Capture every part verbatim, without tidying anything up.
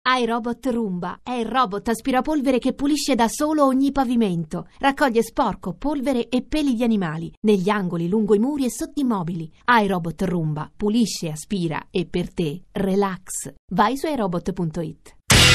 iRobot Roomba è il robot aspirapolvere che pulisce da solo ogni pavimento. Raccoglie sporco, polvere e peli di animali negli angoli, lungo i muri e sotto i mobili. iRobot Roomba pulisce, aspira e per te relax. Vai su iRobot punto it.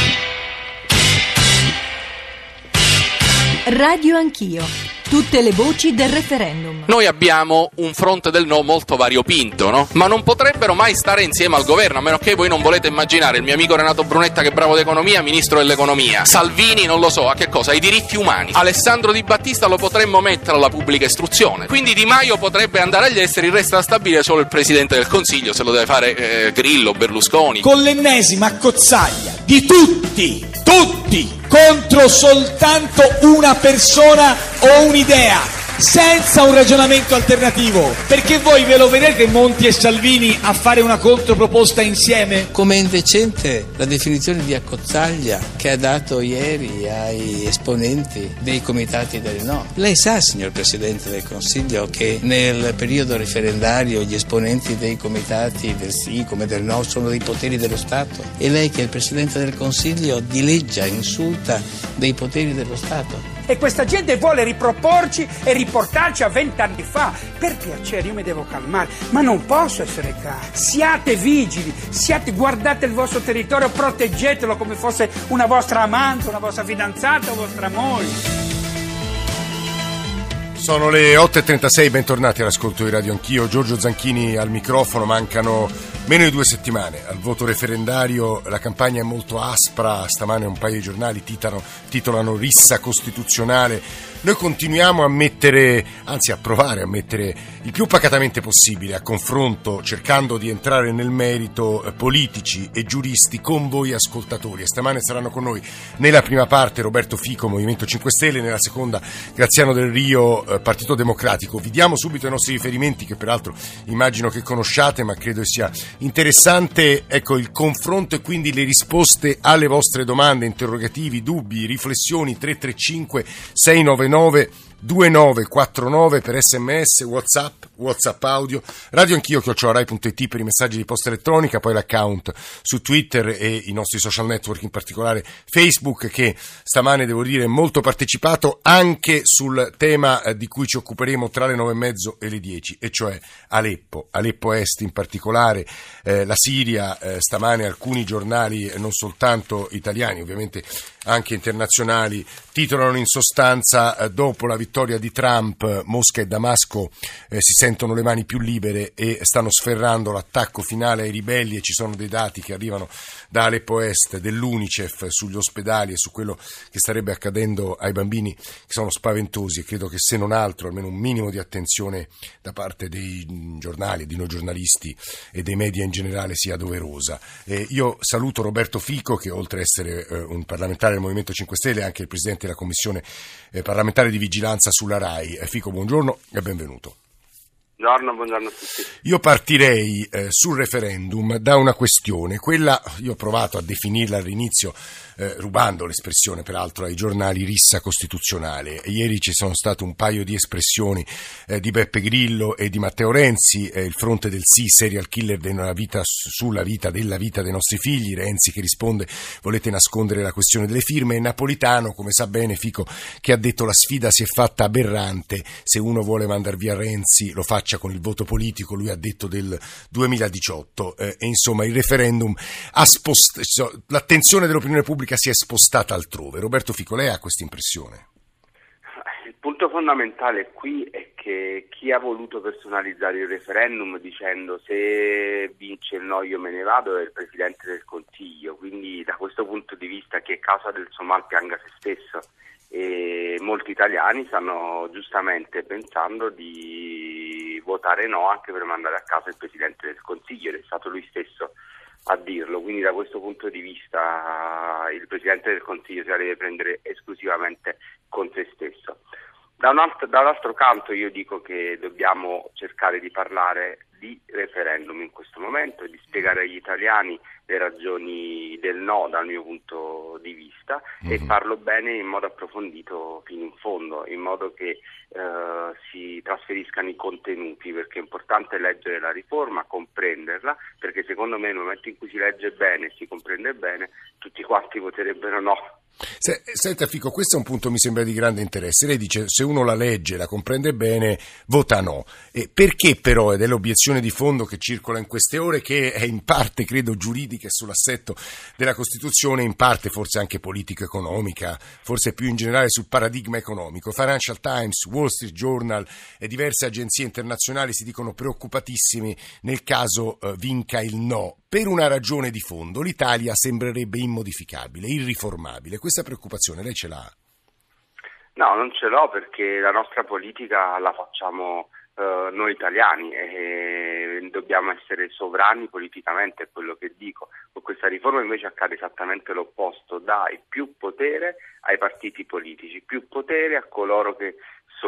Radio Anch'io. Tutte le voci del referendum. Noi abbiamo un fronte del no molto variopinto, no? Ma non potrebbero mai stare insieme al governo, a meno che voi non volete immaginare il mio amico Renato Brunetta, che è bravo d'economia, ministro dell'economia. Salvini, non lo so, a che cosa? Ai diritti umani. Alessandro Di Battista lo potremmo mettere alla pubblica istruzione. Quindi Di Maio potrebbe andare agli esteri, resta da stabilire solo il Presidente del Consiglio, se lo deve fare eh, Grillo, Berlusconi. Con l'ennesima accozzaglia di tutti, tutti, contro soltanto una persona o un'idea, senza un ragionamento alternativo. Perché voi ve lo vedete Monti e Salvini a fare una controproposta insieme? Come indecente la definizione di accozzaglia che ha dato ieri ai esponenti dei comitati del no. Lei sa, signor Presidente del Consiglio, che nel periodo referendario gli esponenti dei comitati del sì come del no sono dei poteri dello Stato, e lei, che è il Presidente del Consiglio, dileggia, insulta dei poteri dello Stato. E questa gente vuole riproporci e riportarci a vent'anni fa. Per piacere, io mi devo calmare, ma non posso essere calmo. Siate vigili, siate, guardate il vostro territorio, proteggetelo come fosse una vostra amante, una vostra fidanzata, una vostra moglie. Sono le otto e trentasei, bentornati all'ascolto di Radio Anch'io. Giorgio Zanchini al microfono. Mancano meno di due settimane al voto referendario, la campagna è molto aspra. Stamane un paio di giornali titolano, titolano rissa costituzionale. Noi continuiamo a mettere, anzi a provare a mettere il più pacatamente possibile a confronto, cercando di entrare nel merito, eh, politici e giuristi con voi ascoltatori. E stamane saranno con noi nella prima parte Roberto Fico, Movimento cinque Stelle, nella seconda Graziano Del Rio, eh, Partito Democratico. Vi diamo subito i nostri riferimenti, che peraltro immagino che conosciate, ma credo sia interessante, ecco, il confronto e quindi le risposte alle vostre domande, interrogativi, dubbi, riflessioni. Tre tre cinque sei nove nove due nove quattro nove per sms, whatsapp, whatsapp audio, radio anch'io chiocciola rai punto it per i messaggi di posta elettronica, poi l'account su Twitter e i nostri social network, in particolare Facebook, che stamane devo dire è molto partecipato anche sul tema eh, di cui ci occuperemo tra le nove e mezzo e le dieci, e cioè Aleppo, Aleppo Est in particolare, eh, la Siria. Eh, stamane alcuni giornali, eh, non soltanto italiani, ovviamente anche internazionali, titolano in sostanza eh, dopo la vittoria di Trump, Mosca e Damasco eh, si sentono le mani più libere e stanno sferrando l'attacco finale ai ribelli, e ci sono dei dati che arrivano da Aleppo Est, dell'UNICEF, sugli ospedali e su quello che starebbe accadendo ai bambini, che sono spaventosi, e credo che se non altro almeno un minimo di attenzione da parte dei giornali, di noi giornalisti e dei media in generale sia doverosa. Eh, io saluto Roberto Fico, che oltre a essere eh, un parlamentare del Movimento cinque Stelle è anche il Presidente della Commissione eh, parlamentare di vigilanza sulla RAI. Eh, Fico, buongiorno e benvenuto. Buongiorno, buongiorno a tutti. Io partirei eh, sul referendum da una questione, quella, io ho provato a definirla all'inizio, eh, rubando l'espressione peraltro ai giornali, rissa costituzionale. Ieri ci sono state un paio di espressioni eh, di Beppe Grillo e di Matteo Renzi, eh, il fronte del sì, serial killer della vita, sulla vita, della vita dei nostri figli. Renzi che risponde: volete nascondere la questione delle firme, e Napolitano, come sa bene Fico, che ha detto la sfida si è fatta aberrante, se uno vuole mandar via Renzi lo faccia con il voto politico, lui ha detto del duemiladiciotto, eh, e insomma il referendum ha spostato, l'attenzione dell'opinione pubblica si è spostata altrove. Roberto Fico, lei ha questa impressione? Il punto fondamentale qui è che chi ha voluto personalizzare il referendum dicendo se vince il no io me ne vado è il Presidente del Consiglio, quindi da questo punto di vista chi è causa del suo mal pianga se stesso, e molti italiani stanno giustamente pensando di votare no anche per mandare a casa il Presidente del Consiglio, ed è stato lui stesso a dirlo. Quindi da questo punto di vista il Presidente del Consiglio si la deve prendere esclusivamente con se stesso. Da un altro, dall'altro canto io dico che dobbiamo cercare di parlare di di referendum in questo momento e di spiegare agli italiani le ragioni del no dal mio punto di vista mm-hmm. e farlo bene in modo approfondito fino in fondo, in modo che eh, si trasferiscano i contenuti, perché è importante leggere la riforma, comprenderla, perché secondo me nel momento in cui si legge bene e si comprende bene, tutti quanti voterebbero no. Se, senta Fico, questo è un punto mi sembra di grande interesse. Lei dice se uno la legge, la comprende bene, vota no. E perché però, ed è l'obiezione di fondo che circola in queste ore, che è in parte credo giuridica e sull'assetto della Costituzione, in parte forse anche politico-economica, forse più in generale sul paradigma economico. Financial Times, Wall Street Journal e diverse agenzie internazionali si dicono preoccupatissimi nel caso eh, vinca il no. Per una ragione di fondo, l'Italia sembrerebbe immodificabile, irriformabile. Questa preoccupazione lei ce l'ha? No, non ce l'ho, perché la nostra politica la facciamo eh, noi italiani e dobbiamo essere sovrani politicamente, è quello che dico. Con questa riforma invece accade esattamente l'opposto: dai più potere ai partiti politici, più potere a coloro che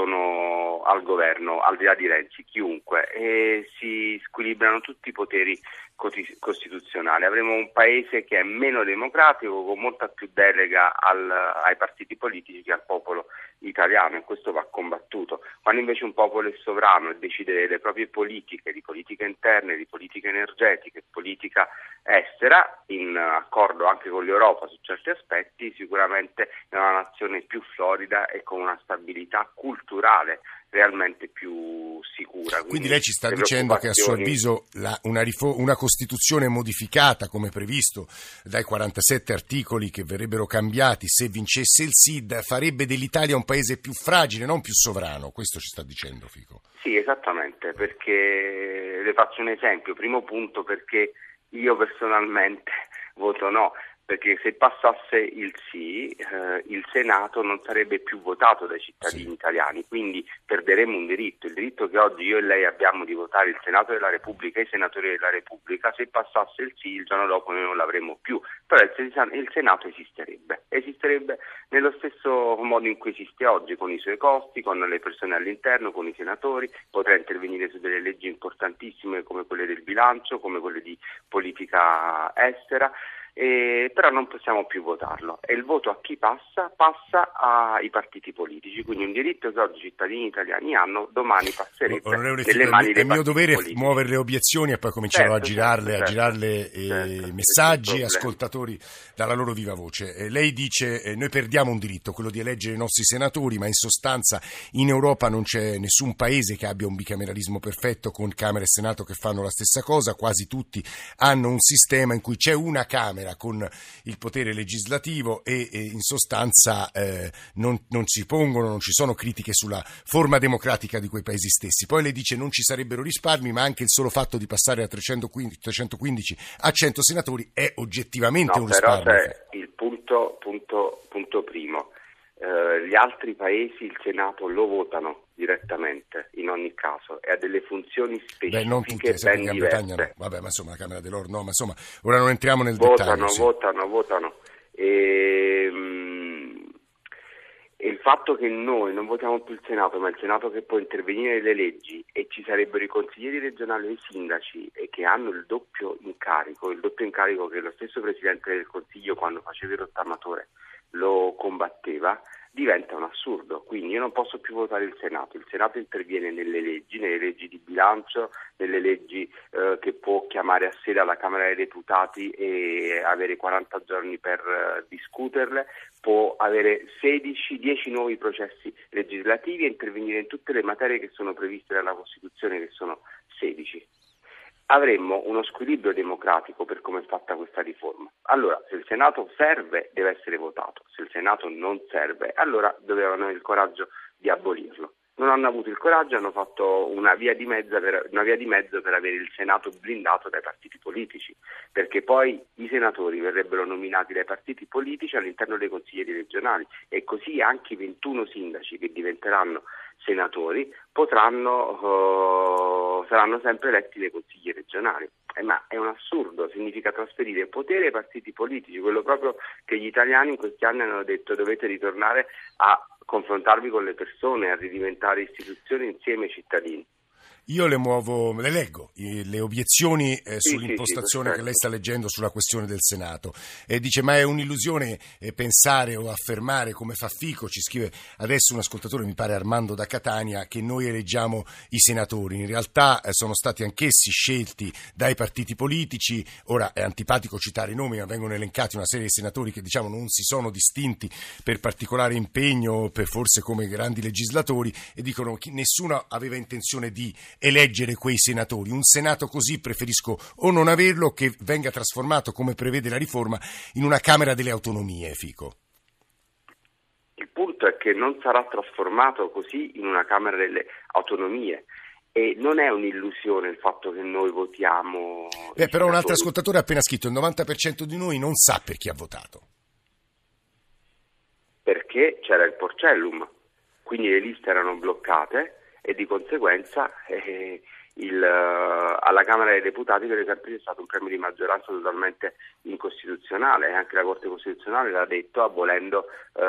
sono al governo, al di là di Renzi, chiunque, e si squilibrano tutti i poteri costituzionali. Avremo un paese che è meno democratico, con molta più delega al, ai partiti politici che al popolo italiano, e questo va combattuto. Quando invece un popolo è sovrano e decide delle proprie politiche, di politica interna, di politica energetica, politica estera, in accordo anche con l'Europa su certi aspetti, sicuramente è una nazione più florida e con una stabilità culturale realmente più sicura. Quindi, Quindi lei ci sta dicendo che a suo avviso la, una, rifo- una Costituzione modificata come previsto dai quarantasette articoli che verrebbero cambiati se vincesse il sì farebbe dell'Italia un paese più fragile, non più sovrano. Questo ci sta dicendo Fico? Sì, esattamente, perché le faccio un esempio. Primo punto, perché io personalmente voto no, perché se passasse il sì, eh, il Senato non sarebbe più votato dai cittadini sì. italiani, quindi perderemo un diritto, il diritto che oggi io e lei abbiamo di votare il Senato della Repubblica e i senatori della Repubblica. Se passasse il sì, il giorno dopo noi non l'avremmo più, però il Senato esisterebbe, esisterebbe nello stesso modo in cui esiste oggi, con i suoi costi, con le persone all'interno, con i senatori, potrà intervenire su delle leggi importantissime come quelle del bilancio, come quelle di politica estera. Eh, però non possiamo più votarlo, e il voto a chi passa? Passa ai partiti politici, quindi un diritto che oggi i cittadini italiani hanno domani passerebbe Onorevole nelle Fico, mani è dei mio dovere politici. Muovere le obiezioni e poi comincerò certo, a girarle, certo, a girarle certo, eh, certo, messaggi, ascoltatori dalla loro viva voce. Eh, lei dice eh, noi perdiamo un diritto, quello di eleggere i nostri senatori, ma in sostanza in Europa non c'è nessun paese che abbia un bicameralismo perfetto con Camera e Senato che fanno la stessa cosa, quasi tutti hanno un sistema in cui c'è una Camera con il potere legislativo e, e in sostanza eh, non, non si pongono, non ci sono critiche sulla forma democratica di quei paesi stessi. Poi lei dice non ci sarebbero risparmi, ma anche il solo fatto di passare da trecentoquindici a cento senatori è oggettivamente no, un risparmio. Però c'è il punto, punto, punto primo. Uh, gli altri paesi il Senato lo votano direttamente in ogni caso e ha delle funzioni specifiche. Beh, non tutte, ben Gran diverse. Bretagna no. Vabbè, ma insomma la Camera dei Lord no, ma insomma ora non entriamo nel votano, dettaglio. Sì. Votano, votano, e, um, e il fatto che noi non votiamo più il Senato, ma il Senato che può intervenire nelle leggi, e ci sarebbero i consiglieri regionali e i sindaci e che hanno il doppio incarico, il doppio incarico che lo stesso Presidente del Consiglio quando faceva il rottamatore lo combatteva, diventa un assurdo. Quindi io non posso più votare il Senato, il Senato interviene nelle leggi, nelle leggi di bilancio, nelle leggi eh, che può chiamare a sede alla Camera dei Deputati e avere quaranta giorni per eh, discuterle, può avere sedici, dieci nuovi processi legislativi e intervenire in tutte le materie che sono previste dalla Costituzione, che sono sedici. Avremmo uno squilibrio democratico per come è fatta questa riforma. Allora, se il Senato serve, deve essere votato. Se il Senato non serve, allora dovevano avere il coraggio di abolirlo. Non hanno avuto il coraggio, hanno fatto una via di mezzo per, una via di mezzo per avere il Senato blindato dai partiti politici, perché poi i senatori verrebbero nominati dai partiti politici all'interno dei consiglieri regionali, e così anche i ventuno sindaci che diventeranno senatori potranno uh, saranno sempre eletti dai consigli regionali. Eh, ma è un assurdo, significa trasferire potere ai partiti politici, quello proprio che gli italiani in questi anni hanno detto: dovete ritornare a confrontarvi con le persone, a ridiventare istituzioni insieme ai cittadini. Io le muovo, le leggo, le obiezioni eh, sì, sull'impostazione sì, sì, che lei sta leggendo sulla questione del Senato. E dice, ma è un'illusione eh, pensare o affermare, come fa Fico, ci scrive adesso un ascoltatore, mi pare Armando da Catania, che noi eleggiamo i senatori. In realtà eh, sono stati anch'essi scelti dai partiti politici. Ora è antipatico citare i nomi, ma vengono elencati una serie di senatori che diciamo non si sono distinti per particolare impegno, per forse come grandi legislatori, e dicono che nessuno aveva intenzione di eleggere quei senatori. Un Senato così preferisco o non averlo, che venga trasformato, come prevede la riforma, in una Camera delle Autonomie, Fico. Il punto è che non sarà trasformato così in una Camera delle Autonomie. E non è un'illusione il fatto che noi votiamo. Beh, però un altro ascoltatore ha appena scritto: il novanta per cento di noi non sa per chi ha votato. Perché c'era il Porcellum, quindi le liste erano bloccate e di conseguenza eh, il, alla Camera dei Deputati per esempio c'è stato un premio di maggioranza totalmente incostituzionale, e anche la Corte Costituzionale l'ha detto, abolendo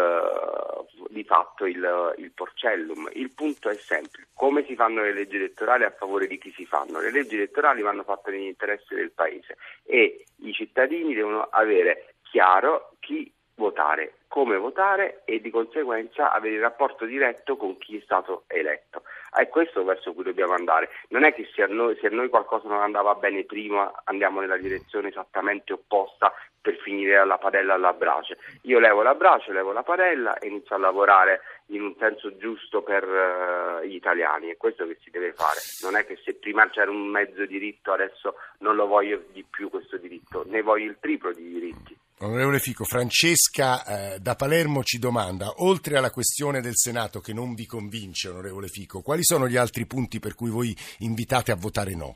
eh, di fatto il, il Porcellum. Il punto è sempre come si fanno le leggi elettorali, a favore di chi si fanno. Le leggi elettorali vanno fatte negli interessi del Paese e i cittadini devono avere chiaro chi votare, come votare, e di conseguenza avere il rapporto diretto con chi è stato eletto. È questo verso cui dobbiamo andare. Non è che se a noi, se a noi qualcosa non andava bene prima andiamo nella direzione esattamente opposta per finire alla padella alla brace. Io levo la brace, levo la padella e inizio a lavorare in un senso giusto per uh, gli italiani. È questo che si deve fare. Non è che se prima c'era un mezzo diritto adesso non lo voglio di più questo diritto, ne voglio il triplo di diritti. Onorevole Fico, Francesca eh, da Palermo ci domanda, oltre alla questione del Senato che non vi convince, onorevole Fico, quali sono gli altri punti per cui voi invitate a votare no?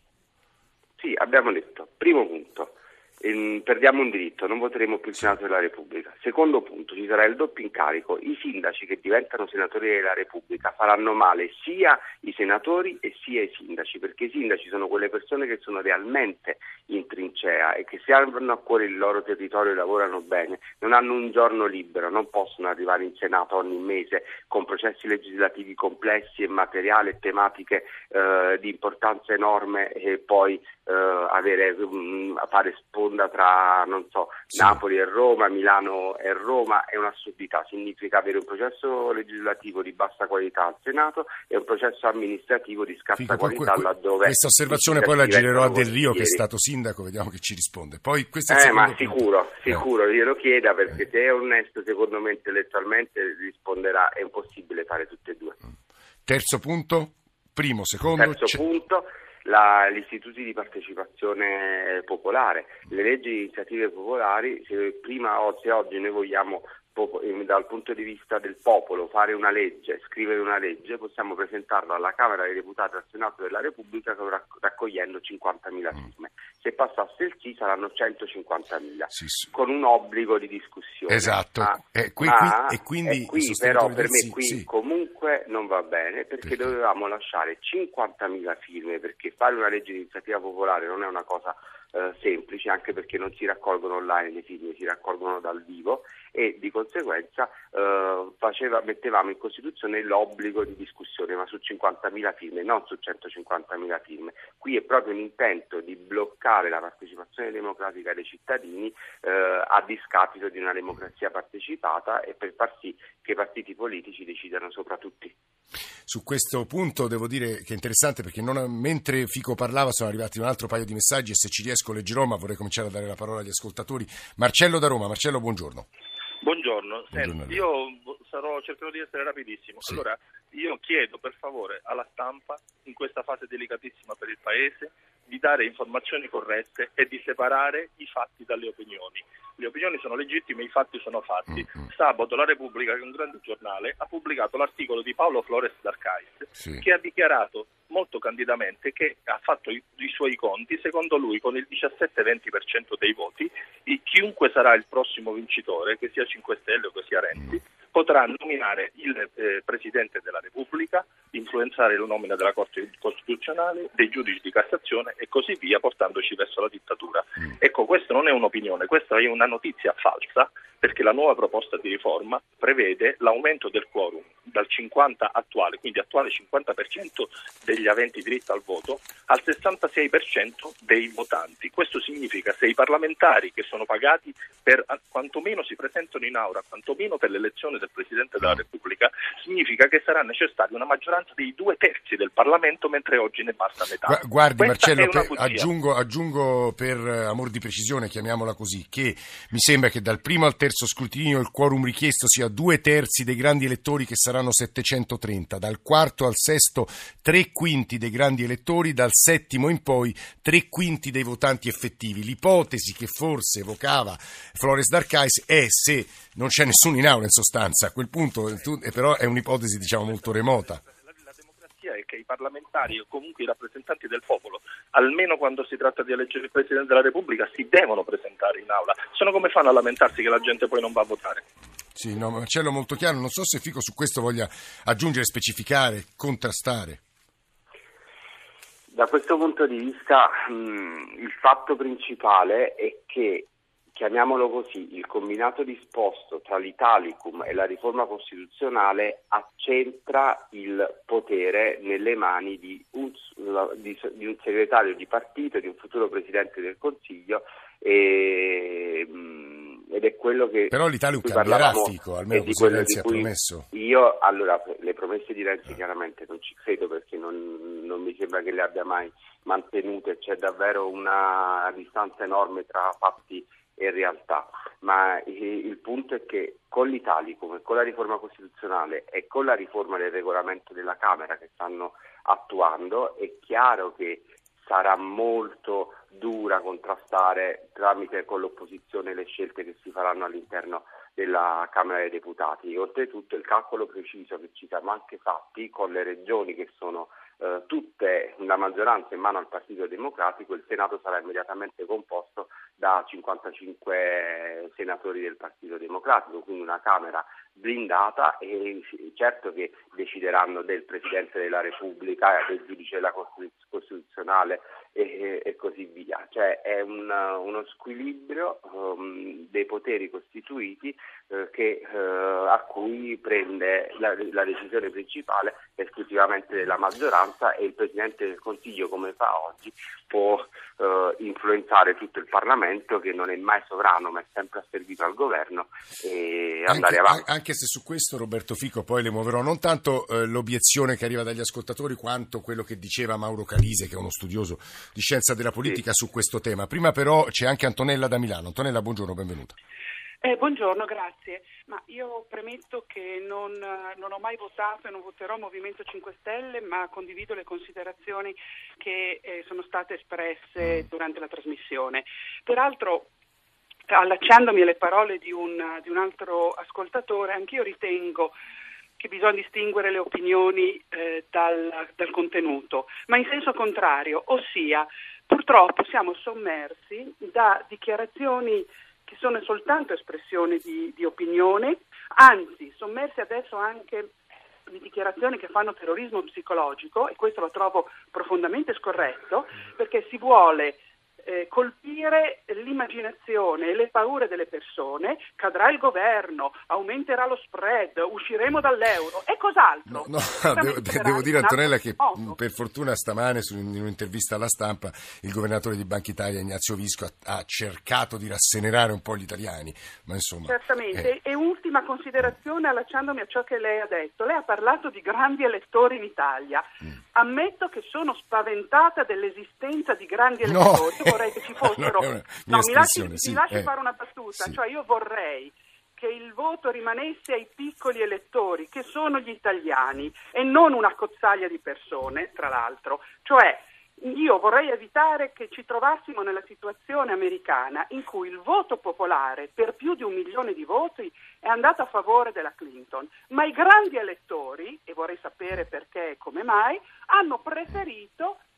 Sì, abbiamo detto, primo punto, ehm, perdiamo un diritto, non voteremo più il Senato della Repubblica. Secondo punto, ci sarà il doppio incarico, i sindaci che diventano senatori della Repubblica faranno male sia i senatori e sia i sindaci, perché i sindaci sono quelle persone che sono realmente in trincea e che se hanno a cuore il loro territorio e lavorano bene, non hanno un giorno libero, non possono arrivare in Senato ogni mese con processi legislativi complessi e materiali e tematiche eh, di importanza enorme e poi eh, avere um, fare sponda tra non so sì. Napoli e Roma, Milano e Roma. È un'assurdità. Significa avere un processo legislativo di bassa qualità al Senato e un processo amministrativo di scarsa Fico, qualità que, que, laddove questa osservazione poi la girerò a Del Rio, che è stato sindaco, vediamo che ci risponde. Poi questo è il eh, ma punto. sicuro, sicuro, eh. glielo chieda, perché eh. se è onesto secondo me intellettualmente risponderà. È impossibile fare tutte e due. Terzo punto, primo, secondo. Terzo c- punto, la, gli istituti di partecipazione popolare, le leggi di iniziative popolari. Se prima o se oggi noi vogliamo dal punto di vista del popolo fare una legge, scrivere una legge, possiamo presentarla alla Camera dei Deputati al Senato della Repubblica raccogliendo cinquantamila firme. Se passasse il sì saranno centocinquantamila, sì, sì. con un obbligo di discussione. Esatto. Ah, eh, qui, ah, qui, e quindi e qui però per me sì, qui sì. comunque non va bene, perché, perché dovevamo lasciare cinquantamila firme, perché fare una legge di iniziativa popolare non è una cosa eh, semplice, anche perché non si raccolgono online le firme, si raccolgono dal vivo, e di conseguenza eh, faceva, mettevamo in Costituzione l'obbligo di discussione, ma su cinquantamila firme, non su centocinquantamila firme. Qui è proprio un intento di bloccare la partecipazione democratica dei cittadini eh, a discapito di una democrazia partecipata, e per far sì che i partiti politici decidano sopra tutti. Su questo punto devo dire che è interessante, perché non, mentre Fico parlava sono arrivati un altro paio di messaggi e se ci riesco leggerò, ma vorrei cominciare a dare la parola agli ascoltatori. Marcello da Roma. Marcello, buongiorno. Buongiorno, Senti, io sarò, cercherò di essere rapidissimo. Sì. Allora, io chiedo per favore alla stampa, in questa fase delicatissima per il Paese, di dare informazioni corrette e di separare i fatti dalle opinioni. Le opinioni sono legittime, i fatti sono fatti. Mm-hmm. Sabato la Repubblica, che è un grande giornale, ha pubblicato l'articolo di Paolo Flores d'Arcais, sì. che ha dichiarato molto candidamente che ha fatto i, i suoi conti. Secondo lui, con il diciassette venti per cento dei voti, i, chiunque sarà il prossimo vincitore, che sia cinque Stelle o che sia Renzi, mm. potrà nominare il eh, Presidente della Repubblica, influenzare la nomina della Corte Costituzionale, dei giudici di Cassazione e così via, portandoci verso la dittatura. Mm. Ecco, questa non è un'opinione, questa è una notizia falsa, perché la nuova proposta di riforma prevede l'aumento del quorum dal cinquanta attuale, quindi attuale cinquanta per cento degli aventi diritto al voto, al sessantasei per cento dei votanti. Questo significa se i parlamentari che sono pagati per quantomeno si presentano in aula, quantomeno per l'elezione del Presidente della Repubblica, significa che sarà necessaria una maggioranza dei due terzi del Parlamento, mentre oggi ne basta metà. Guardi Questa Marcello, per, aggiungo, aggiungo per amor di precisione, chiamiamola così, che mi sembra che dal primo al terzo scrutinio il quorum richiesto sia due terzi dei grandi elettori, che saranno settecentotrenta, dal quarto al sesto tre quinti dei grandi elettori, dal settimo in poi tre quinti dei votanti effettivi. L'ipotesi che forse evocava Flores D'Arcais è se non c'è nessuno in aula, in sostanza, a quel punto, però è un'ipotesi diciamo molto remota. È che i parlamentari o comunque i rappresentanti del popolo, almeno quando si tratta di eleggere il Presidente della Repubblica, si devono presentare in aula. Se no, come fanno a lamentarsi che la gente poi non va a votare? Sì, no, Marcello, molto chiaro. Non so se Fico su questo voglia aggiungere, specificare, contrastare. Da questo punto di vista mh, il fatto principale è che, chiamiamolo così, il combinato disposto tra l'Italicum e la riforma costituzionale accentra il potere nelle mani di un, di, di un segretario di partito, di un futuro Presidente del Consiglio, e, ed è quello che... Però l'Italicum cambierà, Fico, almeno così Renzi ha promesso. Io, allora, le promesse di Renzi chiaramente non ci credo, perché non, non mi sembra che le abbia mai mantenute, c'è davvero una distanza enorme tra fatti e realtà, ma il punto è che con l'Italicum e con la riforma costituzionale e con la riforma del regolamento della Camera che stanno attuando, è chiaro che sarà molto dura contrastare tramite con l'opposizione le scelte che si faranno all'interno della Camera dei Deputati. Oltretutto il calcolo preciso che ci siamo anche fatti con le regioni che sono eh, tutte una maggioranza in mano al Partito Democratico, il Senato sarà immediatamente composto da cinquantacinque senatori del Partito Democratico, quindi una Camera blindata, e certo che decideranno del Presidente della Repubblica, del giudice della Costituzionale e, e così via. Cioè è un, uno squilibrio um, dei poteri costituiti eh, che, eh, a cui prende la, la decisione principale esclusivamente della maggioranza, e il Presidente del Consiglio, come fa oggi, può eh, influenzare tutto il Parlamento, che non è mai sovrano ma è sempre asservito al governo, e andare anche, avanti. Anche se su questo, Roberto Fico, poi le muoverò non tanto eh, l'obiezione che arriva dagli ascoltatori quanto quello che diceva Mauro Calise, che è uno studioso di scienza della politica, sì, su questo tema. Prima però c'è anche Antonella da Milano. Antonella, buongiorno, benvenuta. Eh, buongiorno, grazie. Ma io premetto che non, non ho mai votato e non voterò Movimento cinque Stelle, ma condivido le considerazioni che eh, sono state espresse durante la trasmissione. Peraltro, allacciandomi alle parole di un, di un altro ascoltatore, anch'io ritengo che bisogna distinguere le opinioni eh, dal, dal contenuto, ma in senso contrario, ossia purtroppo siamo sommersi da dichiarazioni che sono soltanto espressione di, di opinione, anzi sommersi adesso anche di dichiarazioni che fanno terrorismo psicologico, e questo lo trovo profondamente scorretto, perché si vuole Eh, colpire l'immaginazione e le paure delle persone. Cadrà il governo, aumenterà lo spread, usciremo dall'euro e cos'altro. No, no, devo, devo dire, Antonella, che modo. per fortuna stamane su, in un'intervista alla Stampa il governatore di Banca Italia, Ignazio Visco, ha, ha cercato di rasserenare un po' gli italiani, ma insomma... Certamente, eh. e ultima considerazione, allacciandomi a ciò che lei ha detto. Lei ha parlato di grandi elettori in Italia. Mm. Ammetto che sono spaventata dell'esistenza di grandi elettori. No. Vorrei che ci fossero. No, no, mi lasci, sì, mi lasci eh. fare una battuta, sì. Cioè io vorrei che il voto rimanesse ai piccoli elettori, che sono gli italiani, e non una cozzaglia di persone, tra l'altro. Cioè io vorrei evitare che ci trovassimo nella situazione americana in cui il voto popolare per più di un milione di voti è andato a favore della Clinton, ma i grandi elettori, e vorrei sapere perché e come mai, hanno preferito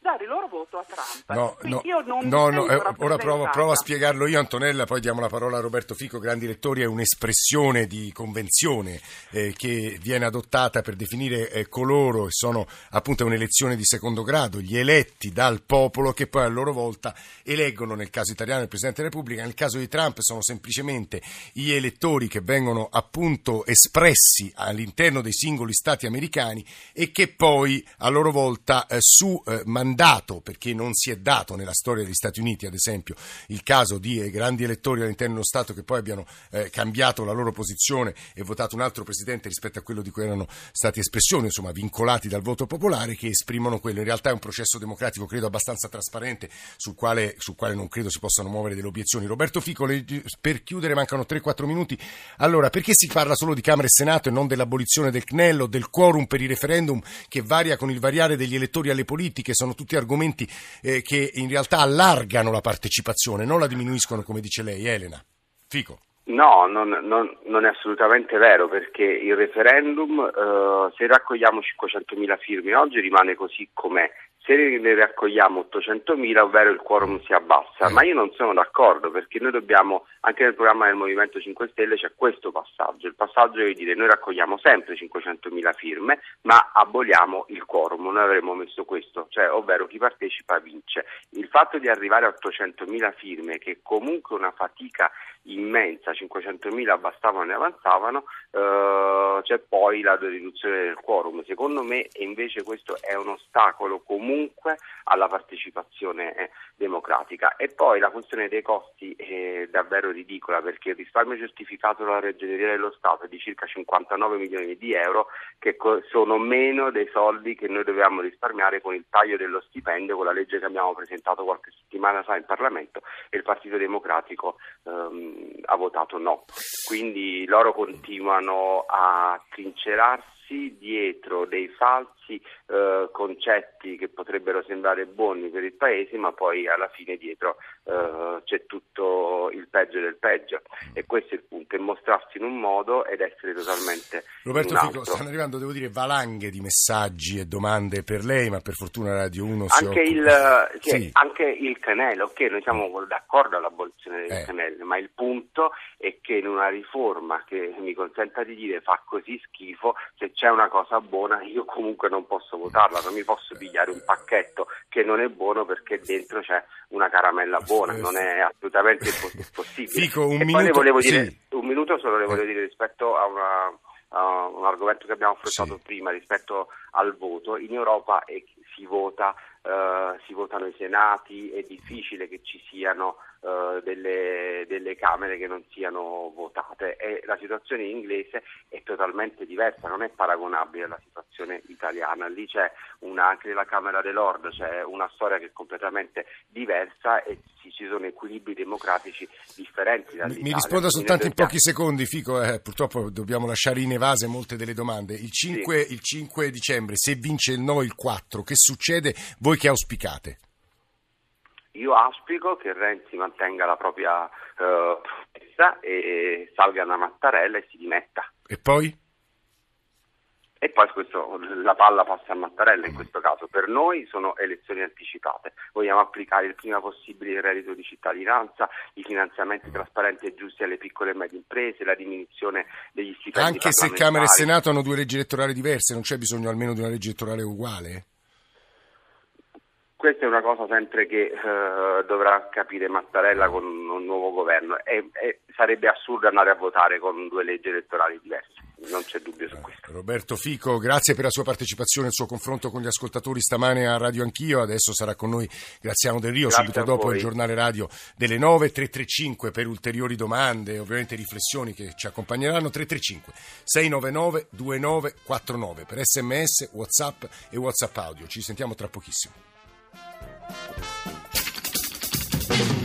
dare il loro voto a Trump. No, no, io non no, mi no sento eh, ora provo, provo a rappresentata. spiegarlo io, Antonella, poi diamo la parola a Roberto Fico. Grandi elettori è un'espressione di convenzione eh, che viene adottata per definire eh, coloro, sono appunto un'elezione di secondo grado, gli eletti dal popolo che poi a loro volta eleggono, nel caso italiano, il Presidente della Repubblica. Nel caso di Trump sono semplicemente gli elettori che vengono appunto espressi all'interno dei singoli stati americani e che poi a loro volta eh, su eh, mandato, perché non si è dato nella storia degli Stati Uniti ad esempio il caso di eh, grandi elettori all'interno dello Stato che poi abbiano eh, cambiato la loro posizione e votato un altro presidente rispetto a quello di cui erano stati espressioni, insomma vincolati dal voto popolare, che esprimono quello. In realtà è un processo democratico credo abbastanza trasparente sul quale, sul quale non credo si possano muovere delle obiezioni. Roberto Fico, le, per chiudere mancano tre quattro minuti. Allora, perché si parla solo di Camera e Senato e non dell'abolizione del C N E L o del quorum per i referendum che varia con il variare degli elettori alle politiche? Sono tutti argomenti eh, che in realtà allargano la partecipazione, non la diminuiscono, come dice lei, Elena. Fico. No, non, non, non è assolutamente vero, perché il referendum, eh, se raccogliamo cinquecentomila firme oggi rimane così com'è. Se ne raccogliamo ottocentomila, ovvero il quorum si abbassa, ma io non sono d'accordo, perché noi dobbiamo, anche nel programma del Movimento cinque Stelle c'è questo passaggio, il passaggio è di dire noi raccogliamo sempre cinquecentomila firme, ma aboliamo il quorum, noi avremmo messo questo, cioè ovvero chi partecipa vince. Il fatto di arrivare a ottocentomila firme, che comunque è una fatica immensa, cinquecentomila bastavano e avanzavano, eh, c'è poi la riduzione del quorum. Secondo me invece questo è un ostacolo comunque alla partecipazione eh, democratica. E poi la questione dei costi è davvero ridicola, perché il risparmio certificato dalla Ragioneria dello Stato è di circa cinquantanove milioni di euro, che co- sono meno dei soldi che noi dovevamo risparmiare con il taglio dello stipendio, con la legge che abbiamo presentato qualche settimana fa in Parlamento, e il Partito Democratico ehm, ha votato no. Quindi loro continuano a trincerarsi dietro dei falsi eh, concetti che potrebbero sembrare buoni per il paese, ma poi alla fine dietro eh, c'è tutto il peggio del peggio, e questo è il punto, è mostrarsi in un modo ed essere totalmente Roberto in un Fico, altro. stanno arrivando, devo dire, valanghe di messaggi e domande per lei, ma per fortuna Radio uno si anche occupa. il, sì, sì. anche il C N E L, ok, noi siamo d'accordo all'abolizione del eh. C N E L, ma il punto è che in una riforma che mi consenta di dire fa così schifo, se c'è una cosa buona io comunque non posso votarla, non mi posso pigliare un pacchetto che non è buono perché dentro c'è una caramella buona, non è assolutamente possibile. Fico, un e minuto, poi le volevo dire, sì. un minuto solo le volevo eh. dire rispetto a una uh, un argomento che abbiamo affrontato sì. prima, rispetto al voto. In Europa è, si vota, uh, si votano i senati, è difficile che ci siano uh, delle, delle camere che non siano votate, e la situazione inglese è totalmente diversa, non è paragonabile alla situazione italiana. Lì c'è una, anche nella Camera dei Lord c'è una storia che è completamente diversa e ci sono equilibri democratici differenti dall'Italia. Mi risponda soltanto in dobbiamo... pochi secondi, Fico, eh, purtroppo dobbiamo lasciare inevase molte delle domande. Il cinque, sì. il cinque dicembre, se vince il no il quattro, che succede? Voi che auspicate? Io auspico che Renzi mantenga la propria promessa uh, e salga una Mattarella e si dimetta. E poi? E poi questo, la palla passa a Mattarella in questo caso. Per noi sono elezioni anticipate. Vogliamo applicare il prima possibile il reddito di cittadinanza, i finanziamenti trasparenti e giusti alle piccole e medie imprese, la diminuzione degli stipendi. Anche se Camera e Senato hanno due leggi elettorali diverse, non c'è bisogno almeno di una legge elettorale uguale? Questa è una cosa sempre che eh, dovrà capire Mattarella con un nuovo governo, e, e sarebbe assurdo andare a votare con due leggi elettorali diverse, non c'è dubbio su questo. Roberto Fico, grazie per la sua partecipazione e il suo confronto con gli ascoltatori stamane a Radio Anch'io. Adesso sarà con noi Graziano Del Rio, Grazie subito dopo il giornale radio delle nove. Tre tre cinque per ulteriori domande, ovviamente riflessioni che ci accompagneranno. Tre tre cinque sei nove nove due nove quattro nove per sms, WhatsApp e WhatsApp audio. Ci sentiamo tra pochissimo.